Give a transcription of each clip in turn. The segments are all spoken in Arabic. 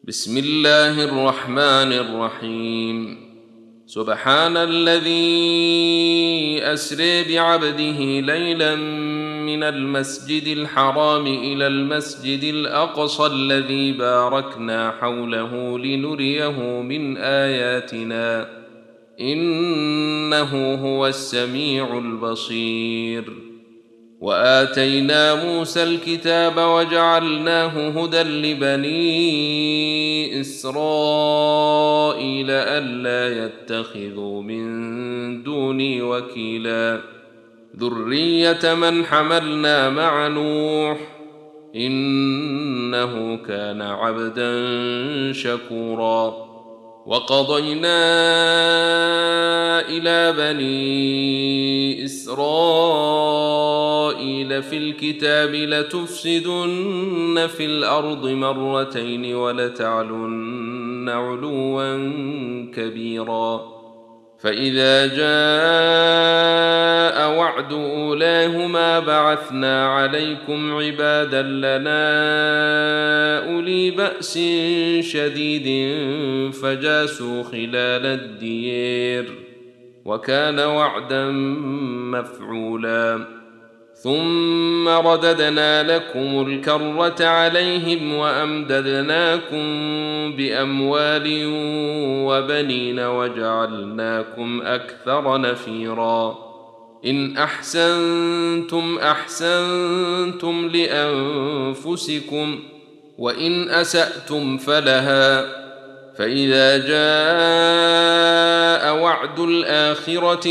بسم الله الرحمن الرحيم. سبحان الذي أسري بعبده ليلا من المسجد الحرام إلى المسجد الأقصى الذي باركنا حوله لنريه من آياتنا إنه هو السميع البصير. وآتينا موسى الكتاب وجعلناه هدى لبني إسرائيل ألا يتخذوا من دوني وكيلا ذرية من حملنا مع نوح إنه كان عبدا شكورا. وقضينا إلى بني إسرائيل في الكتاب لتفسدن في الأرض مرتين ولتعلن علوا كبيرا. فإذا جاء وعد أولاهما بعثنا عليكم عبادا لنا أولي بأس شديد فجاسوا خلال الدير وكان وعدا مفعولا. ثم رددنا لكم الكرة عليهم وأمددناكم بأموال وبنين وجعلناكم أكثر نفيرا. إن أحسنتم أحسنتم لأنفسكم وإن أسأتم فلها. فإذا جاء وعد الآخرة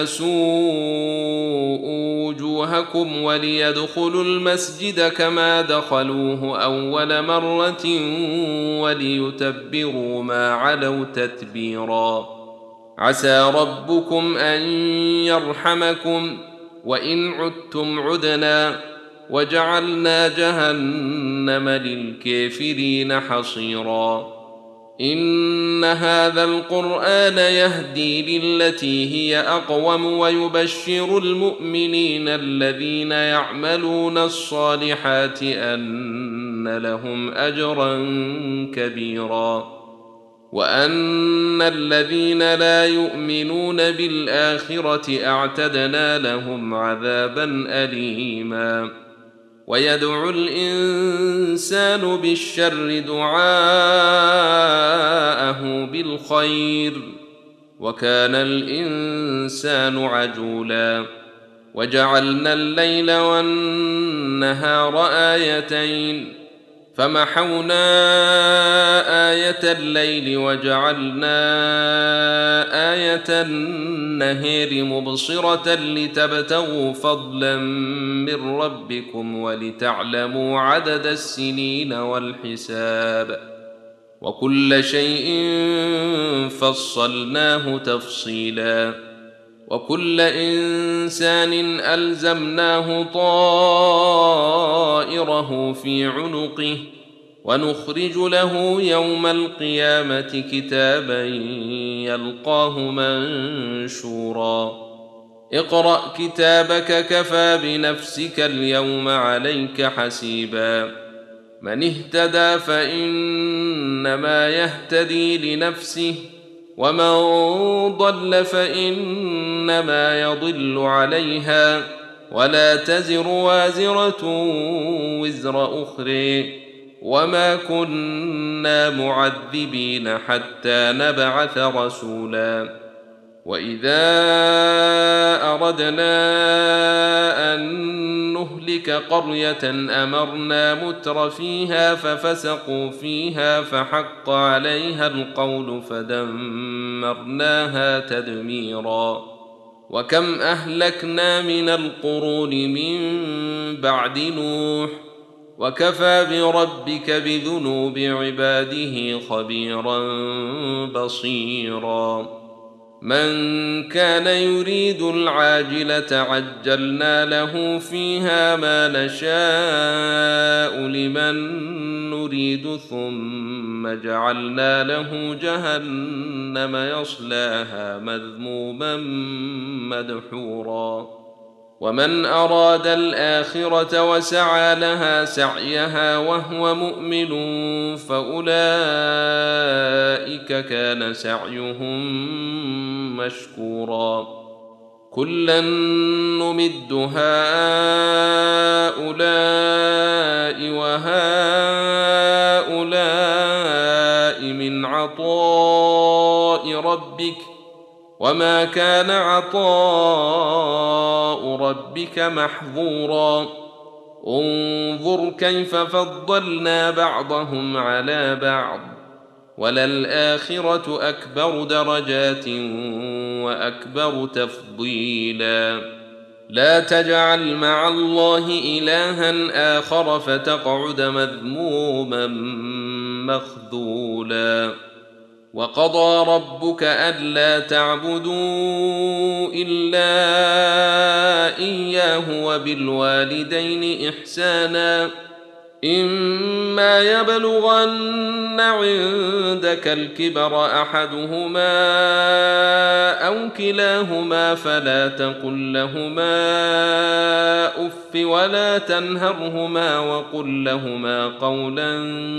ليسوءوا وجوهكم وليدخلوا المسجد كما دخلوه أول مرة وليتبروا ما علوا تتبيرا. عسى ربكم أن يرحمكم وإن عدتم عدنا وجعلنا جهنم للكافرين حصيرا. إن هذا القرآن يهدي للتي هي أقوم ويبشر المؤمنين الذين يعملون الصالحات أن لهم أجرا كبيرا وأن الذين لا يؤمنون بالآخرة أعتدنا لهم عذابا أليما. ويدعو الإنسان بالشر دعاءه بالخير وكان الإنسان عجولا. وجعلنا الليل والنهار آيتين فمحونا آية الليل وجعلنا آية النهار مبصرة لتبتغوا فضلا من ربكم ولتعلموا عدد السنين والحساب وكل شيء فصلناه تفصيلا. وكل إنسان ألزمناه طائره في عنقه ونخرج له يوم القيامة كتابا يلقاه منشورا. اقرأ كتابك كفى بنفسك اليوم عليك حسيبا. من اهتدى فإنما يهتدي لنفسه ومن ضل فإنما يضل عليها ولا تزر وازرة وزر أخرى وما كنا معذبين حتى نبعث رسولا. وإذا أردنا أن نهلك قرية أمرنا متر فيها ففسقوا فيها فحق عليها القول فدمرناها تدميرا. وكم أهلكنا من القرون من بعد نوح وكفى بربك بذنوب عباده خبيرا بصيرا. من كان يريد العاجلة عجلنا له فيها ما نشاء لمن نريد ثم جعلنا له جهنم يصلاها مذموما مدحورا. ومن أراد الآخرة وسعى لها سعيها وهو مؤمن فأولئك كان سعيهم مشكورا كلا نمد هؤلاء وهؤلاء من عطاء ربك وما كان عطاء ربك محظورا انظر كيف فضلنا بعضهم على بعض وللآخرة أكبر درجات وأكبر تفضيلا لا تجعل مع الله إلها آخر فتقعد مذموما مخذولا وقضى ربك ألا تعبدوا إلا إياه وبالوالدين إحسانا إما يبلغن عندك الكبر أحدهما أو كلاهما فلا تقل لهما أف ولا تنهرهما وقل لهما قولا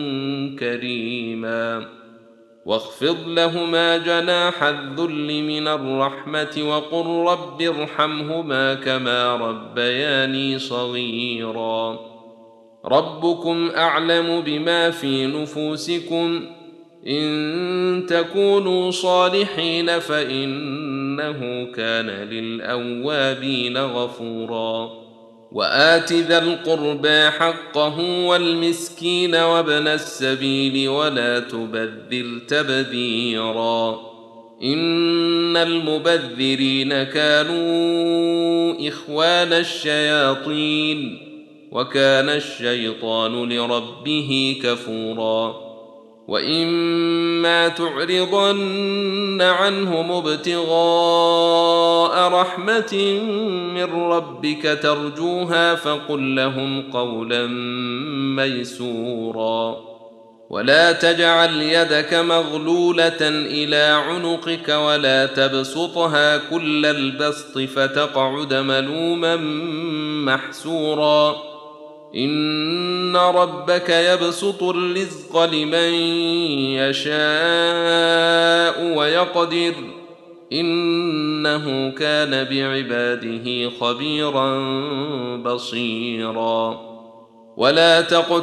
كريما واخفض لهما جناح الذل من الرحمة وقل رب ارحمهما كما ربياني صغيرا ربكم أعلم بما في نفوسكم إن تكونوا صالحين فإنه كان للأوابين غفورا وآت ذا القربى حقه والمسكين وابن السبيل ولا تبذر تبذيرا إن المبذرين كانوا إخوان الشياطين وكان الشيطان لربه كفورا وإما تعرضن عنهم ابتغاء رحمة من ربك ترجوها فقل لهم قولا ميسورا ولا تجعل يدك مغلولة إلى عنقك ولا تبسطها كل البسط فتقعد ملوما محسورا إن ربك يبسط الرزق لمن يشاء ويقدر إنه كان بعباده خبيرا بصيرا ولا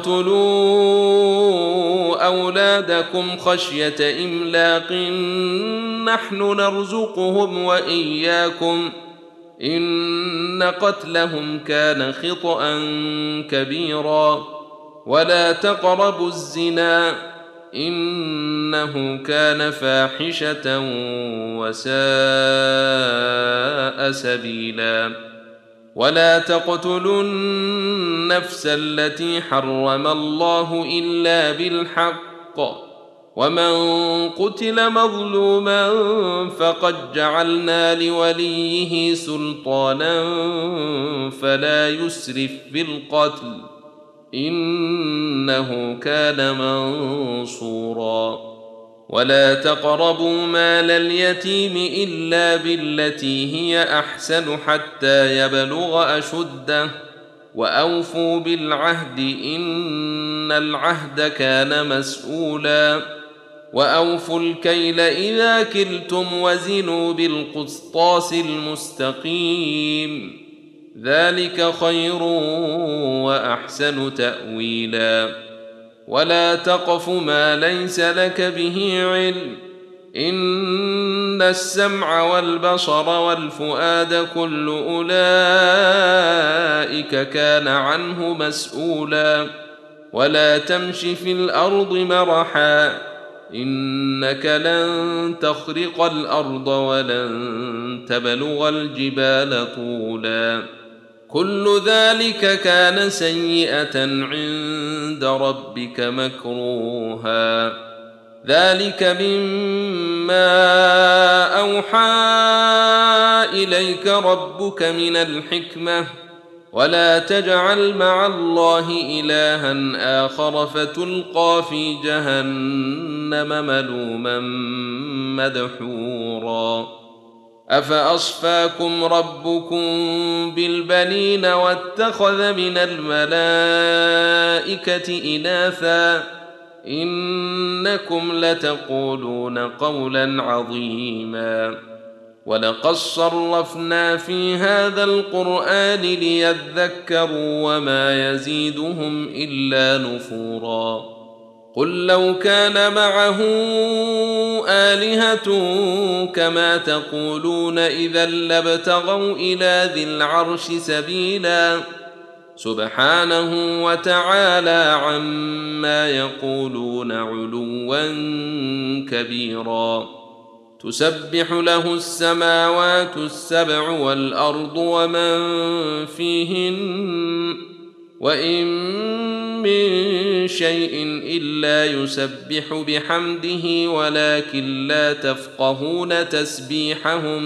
تقتلوا أولادكم خشية إملاق نحن نرزقهم وإياكم إن قتلهم كان خطأ كبيرا ولا تقربوا الزنا إنه كان فاحشة وساء سبيلا ولا تقتلوا النفس التي حرم الله إلا بالحق ومن قتل مظلوما فقد جعلنا لوليه سلطانا فلا يسرف في القتل إنه كان منصورا ولا تقربوا مال اليتيم إلا بالتي هي أحسن حتى يبلغ أشده وأوفوا بالعهد إن العهد كان مسؤولا وأوفوا الكيل إذا كلتم وزنوا بالقسطاس المستقيم ذلك خير وأحسن تأويلا ولا تقف ما ليس لك به علم إن السمع والبصر والفؤاد كل أولئك كان عنه مسؤولا ولا تمش في الأرض مرحا إنك لن تخرق الأرض ولن تبلغ الجبال طولا كل ذلك كان سيئة عند ربك مكروها ذلك مما أوحى إليك ربك من الحكمة ولا تجعل مع الله إلها آخر فتلقى في جهنم ملوما مدحورا أفأصفاكم ربكم بالبنين واتخذ من الملائكة إناثا إنكم لتقولون قولا عظيما ولقد صرفنا في هذا القرآن ليذكروا وما يزيدهم إلا نفورا قل لو كان معه آلهة كما تقولون إذا لابتغوا إلى ذي العرش سبيلا سبحانه وتعالى عما يقولون علوا كبيرا تسبح له السماوات السبع والأرض ومن فيهن وإن من شيء إلا يسبح بحمده ولكن لا تفقهون تسبيحهم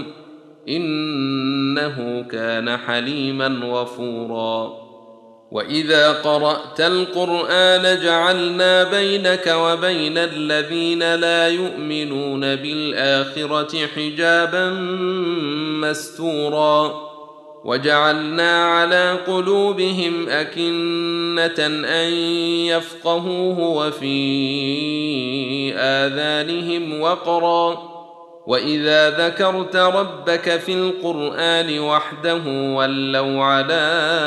إنه كان حليما غفورا وإذا قرأت القرآن جعلنا بينك وبين الذين لا يؤمنون بالآخرة حجابا مستورا وجعلنا على قلوبهم أكنة أن يفقهوه وفي آذانهم وقرا وإذا ذكرت ربك في القرآن وحده ولوا على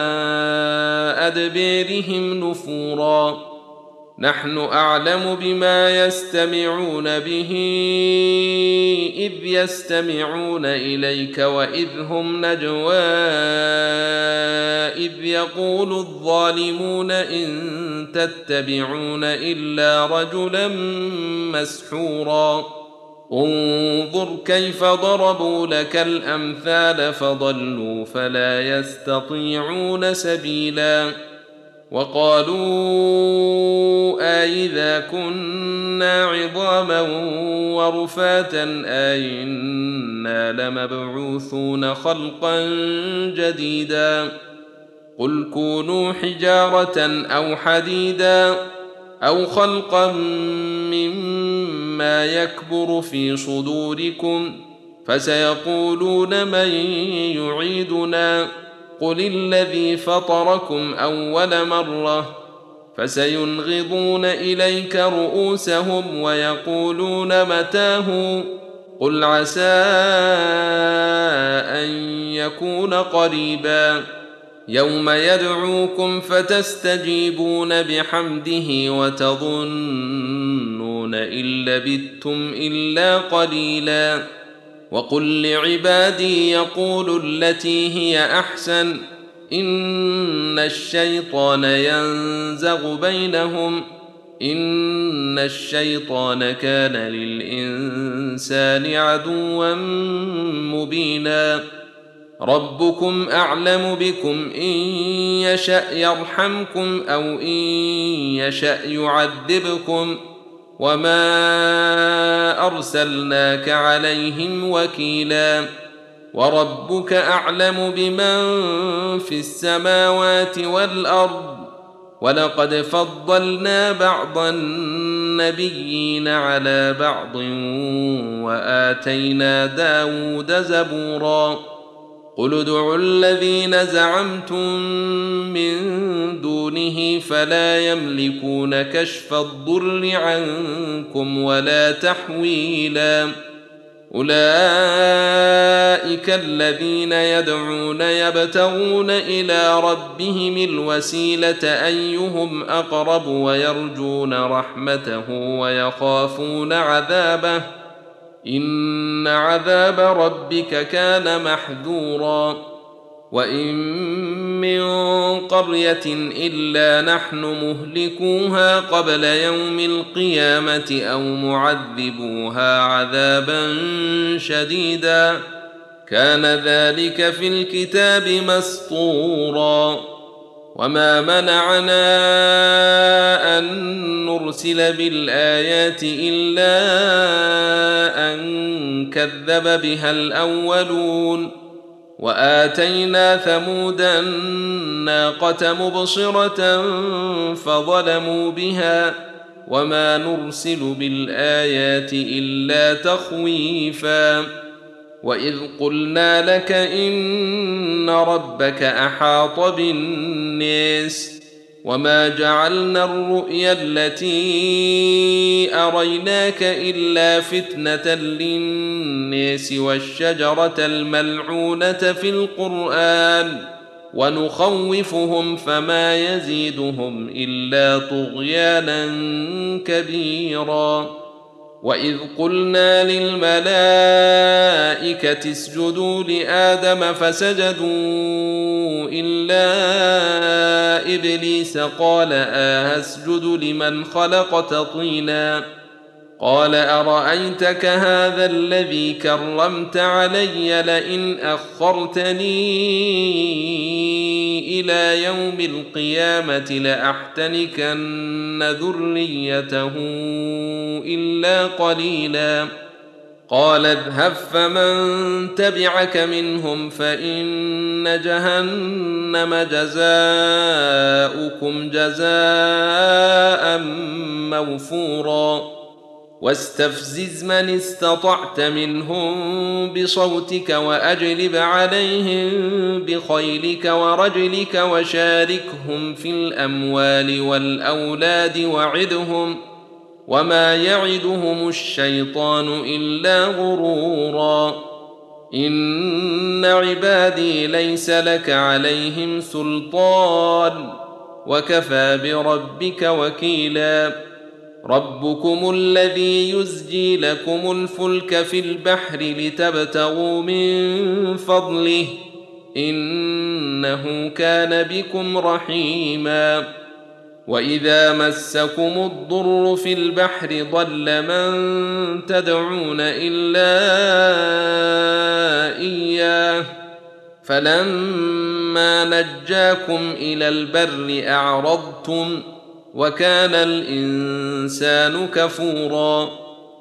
أدبيرهم نفورا نحن أعلم بما يستمعون به إذ يستمعون إليك وإذ هم نجوى إذ يقول الظالمون إن تتبعون إلا رجلا مسحورا انظر كيف ضربوا لك الأمثال فضلوا فلا يستطيعون سبيلا وقالوا أئذا كنا عظاما ورفاتا أئنا لمبعوثون خلقا جديدا قل كونوا حجارة أو حديدا أو خلقا مما يكبر في صدوركم فسيقولون من يعيدنا قل الذي فطركم أول مرة فسينغضون إليك رؤوسهم ويقولون متاه قل عسى أن يكون قريبا يوم يدعوكم فتستجيبون بحمده وتظنون إن لبثتم إلا قليلا وقل لعبادي يقولوا التي هي أحسن إن الشيطان ينزغ بينهم إن الشيطان كان للإنسان عدوا مبينا ربكم أعلم بكم إن يشأ يرحمكم أو إن يشأ يعذبكم وما أرسلناك عليهم وكيلا وربك أعلم بمن في السماوات والأرض ولقد فضلنا بعض النبيين على بعض وآتينا داود زبورا قل ادعوا الذين زعمتم من دونه فلا يملكون كشف الضر عنكم ولا تحويلا أولئك الذين يدعون يبتغون إلى ربهم الوسيلة أيهم أقرب ويرجون رحمته ويخافون عذابه إن عذاب ربك كان محذورا وإن من قرية إلا نحن مهلكوها قبل يوم القيامة أو معذبوها عذابا شديدا كان ذلك في الكتاب مسطورا وما منعنا أن نرسل بالآيات إلا أن كذب بها الأولون وآتينا ثمود الناقة مبصرة فظلموا بها وما نرسل بالآيات إلا تخويفا وإذ قلنا لك إن ربك أحاط بالناس وما جعلنا الرؤيا التي أريناك إلا فتنة للناس والشجرة الملعونة في القرآن ونخوفهم فما يزيدهم إلا طغيانا كبيرا. وإذ قلنا للملائكة اسجدوا لآدم فسجدوا إلا إبليس قال أسجد لمن خلقت طينا قال أرأيتك هذا الذي كرمت علي لئن أخرتني إلى يوم القيامة لأحتنكن ذريته إلا قليلا قال اذهب فمن تبعك منهم فإن جهنم جزاؤكم جزاء موفورا واستفزز من استطعت منهم بصوتك وأجلب عليهم بخيلك ورجلك وشاركهم في الأموال والأولاد وعدهم وما يعدهم الشيطان إلا غرورا إن عبادي ليس لك عليهم سلطان وكفى بربك وكيلا ربكم الذي يزجي لكم الفلك في البحر لتبتغوا من فضله إنه كان بكم رحيما وإذا مسكم الضر في البحر ضل من تدعون إلا إياه فلما نجاكم إلى البر أعرضتم وكان الإنسان كفورا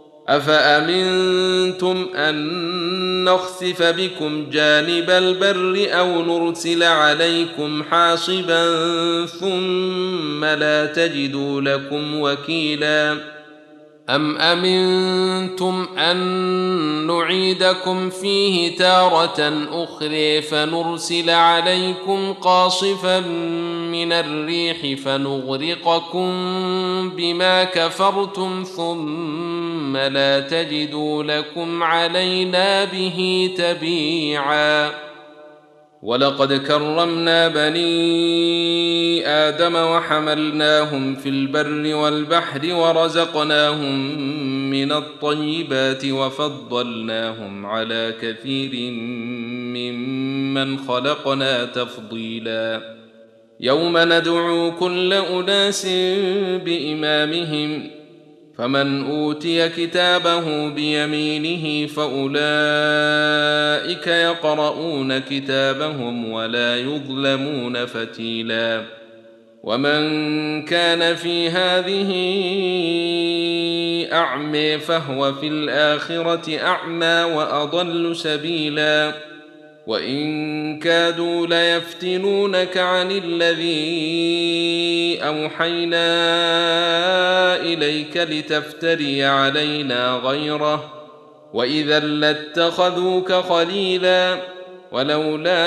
أفأمنتم أن نخسف بكم جانب البر أو نرسل عليكم حاصبا ثم لا تجدوا لكم وكيلا أم أمنتم أن نعيدكم فيه تارة أخرى فنرسل عليكم قاصفا من الريح فنغرقكم بما كفرتم ثم لا تجدوا لكم علينا به تبيعا ولقد كرمنا بني آدم وحملناهم في البر والبحر ورزقناهم من الطيبات وفضلناهم على كثير ممن خلقنا تفضيلا يوم ندعو كل أناس بإمامهم فمن أوتي كتابه بيمينه فأولئك يقرؤون كتابهم ولا يظلمون فتيلا ومن كان في هذه أعمى فهو في الآخرة أعمى وأضل سبيلا وإن كادوا ليفتنونك عن الذي أوحينا إليك لتفتري علينا غيره وإذا لاتخذوك خليلا ولولا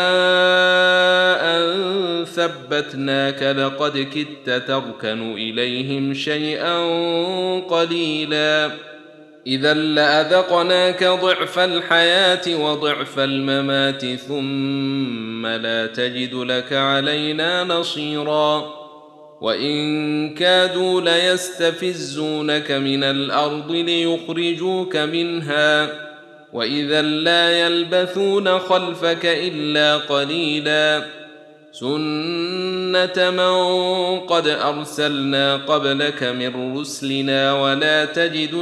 أن ثبتناك لقد كدت تركن إليهم شيئا قليلا إذا لأذقناك ضعف الحياة وضعف الممات ثم لا تجد لك علينا نصيرا وإن كادوا ليستفزونك من الأرض ليخرجوك منها وإذا لا يلبثون خلفك إلا قليلا سنة من قد أرسلنا قبلك من رسلنا ولا تجد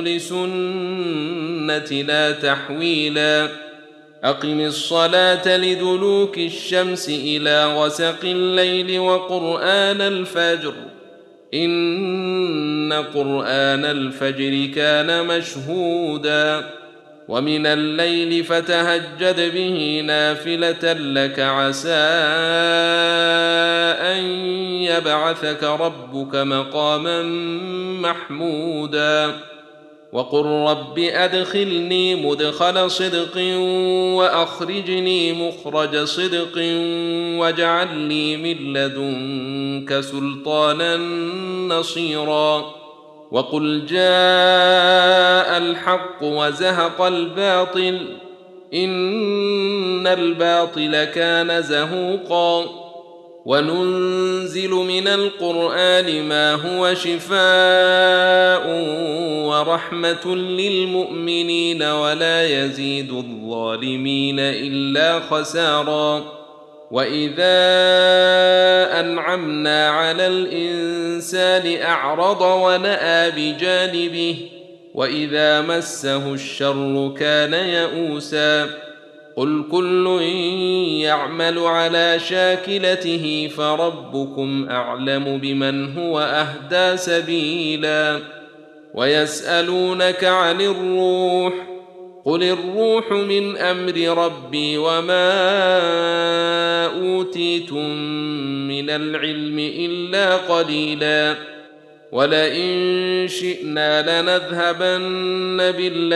لسنتنا تحويلا أقم الصلاة لدلوك الشمس إلى غسق الليل وقرآن الفجر إن قرآن الفجر كان مشهودا ومن الليل فتهجد به نافلة لك عسى أن يبعثك ربك مقاما محمودا وقل رب أدخلني مدخل صدق وأخرجني مخرج صدق واجعل لي من لدنك سلطانا نصيرا وقل جاء الحق وزهق الباطل إن الباطل كان زهوقا وننزل من القرآن ما هو شفاء ورحمة للمؤمنين ولا يزيد الظالمين إلا خسارا وإذا أنعمنا على الإنسان أعرض ونأى بجانبه وإذا مسه الشر كان يئوسا قل كل يعمل على شاكلته فربكم أعلم بمن هو أهدى سبيلا ويسألونك عن الروح قل الروح من أمر ربي وما أوتيتم من العلم إلا قليلا ولئن شئنا لنذهبن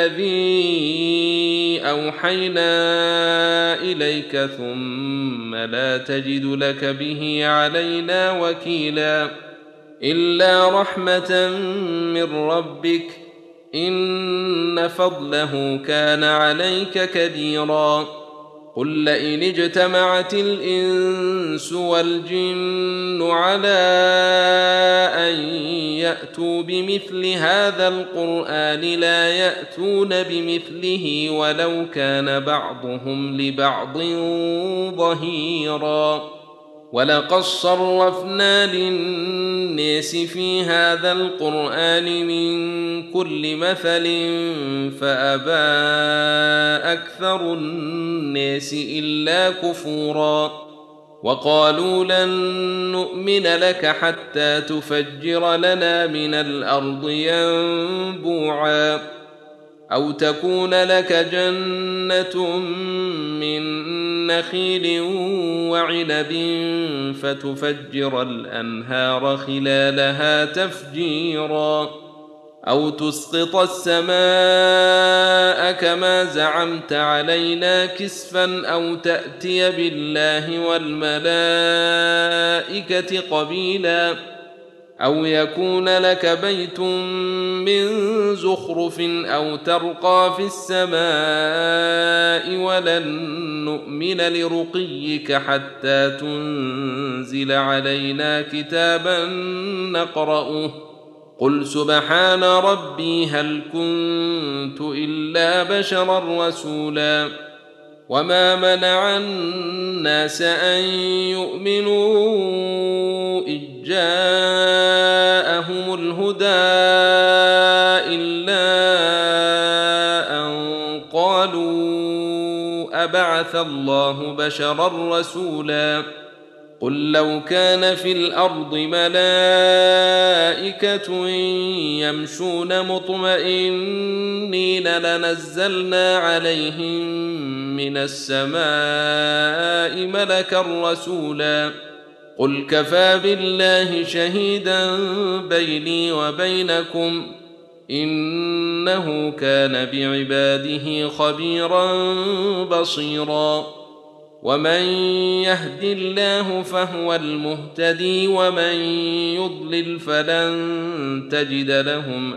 بالذي أوحينا إليك ثم لا تجد لك به علينا وكيلا إلا رحمة من ربك إن فضله كان عليك كبيرا قل لئن اجتمعت الإنس والجن على أن يأتوا بمثل هذا القرآن لا يأتون بمثله ولو كان بعضهم لبعض ظهيرا ولقد صرفنا للناس في هذا القرآن من كل مثل فأبى أكثر الناس إلا كفورا وقالوا لن نؤمن لك حتى تفجر لنا من الأرض ينبوعا أو تكون لك جنة من نخيل وعنب فتفجر الأنهار خلالها تفجيرا أو تسقط السماء كما زعمت علينا كسفا أو تأتي بالله والملائكة قبيلا أو يكون لك بيت من زخرف أو ترقى في السماء ولن نؤمن لرقيك حتى تنزل علينا كتابا نقرأه قل سبحان ربي هل كنت إلا بشرا رسولا وما منع الناس أن يؤمنوا إذ جاءهم الهدى إلا أن قالوا أبعث الله بشرا رسولا قل لو كان في الأرض ملائكة يمشون مطمئنين لنزلنا عليهم من السماء ملكا رسولا قل كفى بالله شهيدا بيني وبينكم إنه كان بعباده خبيرا بصيرا ومن يهد الله فهو المهتدي ومن يضلل فلن تجد لهم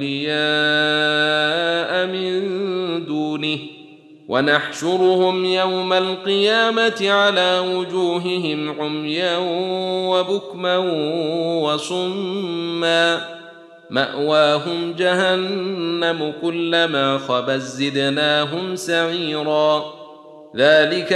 أولياء من دونه ونحشرهم يوم القيامة على وجوههم عميا وبكما وصما مأواهم جهنم كلما خبت زدناهم سعيرا ذلك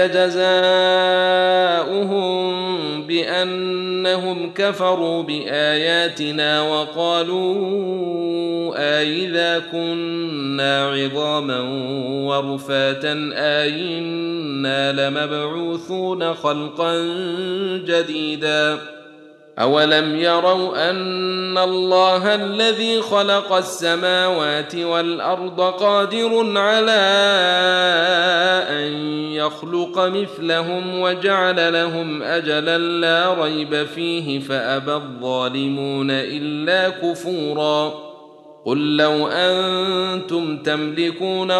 جزاؤهم بأنهم كفروا بآياتنا وقالوا أئذا كنا عظاما ورفاتا أئنا لمبعوثون خلقا جديدا أولم يروا أن الله الذي خلق السماوات والأرض قادر على أن يخلق مثلهم وجعل لهم أجلا لا ريب فيه فأبى الظالمون إلا كفورا قل لو أنتم تملكون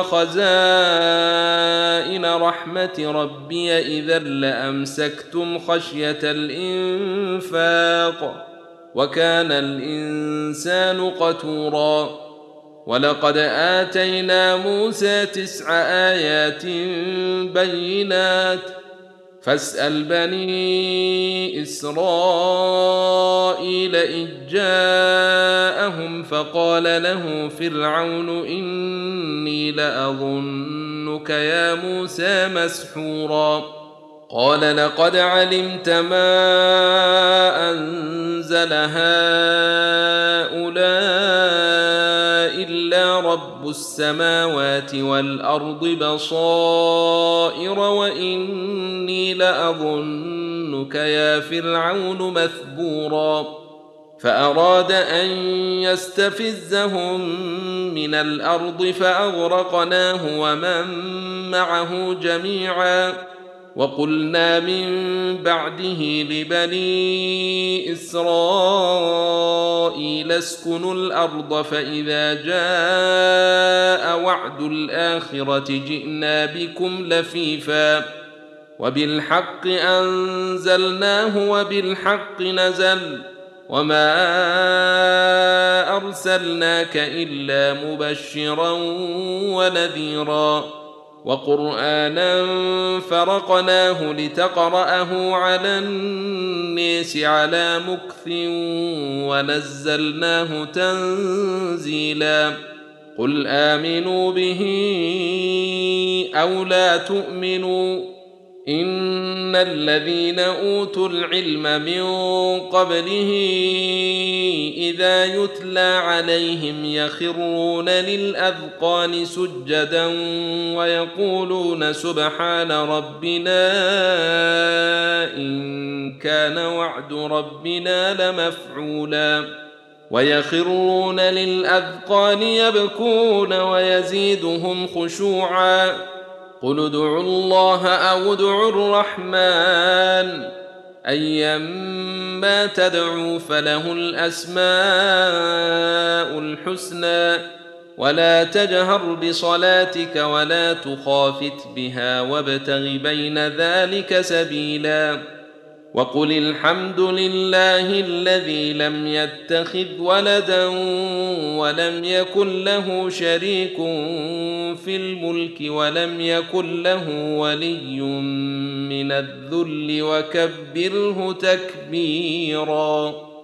خزائن رحمة ربي إذا لأمسكتم خشية الإنفاق وكان الإنسان قتورا ولقد آتينا موسى 9 آيات بينات فاسأل بني إسرائيل إذ جاءهم فقال له فرعون إني لأظنك يا موسى مسحورا قال لقد علمت ما أنزل هؤلاء إلا رب السماوات والأرض بصائر وإني لأظنك يا فرعون مثبورا فأراد أن يستفزهم من الأرض فأغرقناه ومن معه جميعا وقلنا من بعده لبني إسرائيل اسكنوا الأرض فإذا جاء وعد الآخرة جئنا بكم لفيفا وبالحق أنزلناه وبالحق نزل وما أرسلناك إلا مبشرا ونذيرا وقرآنا فرقناه لتقرأه على الناس على مكث ونزلناه تنزيلا قل آمنوا به أو لا تؤمنوا إن الذين أوتوا العلم من قبله إذا يتلى عليهم يخرون للأذقان سجدا ويقولون سبحان ربنا إن كان وعد ربنا لمفعولا ويخرون للأذقان يبكون ويزيدهم خشوعا قل ادعوا الله أو ادعوا الرحمن أيما تدعوا فله الأسماء الحسنى ولا تجهر بصلاتك ولا تخافت بها وابتغ بين ذلك سبيلا وقل الحمد لله الذي لم يتخذ ولدا ولم يكن له شريك في الملك ولم يكن له ولي من الذل وكبره تكبيرا.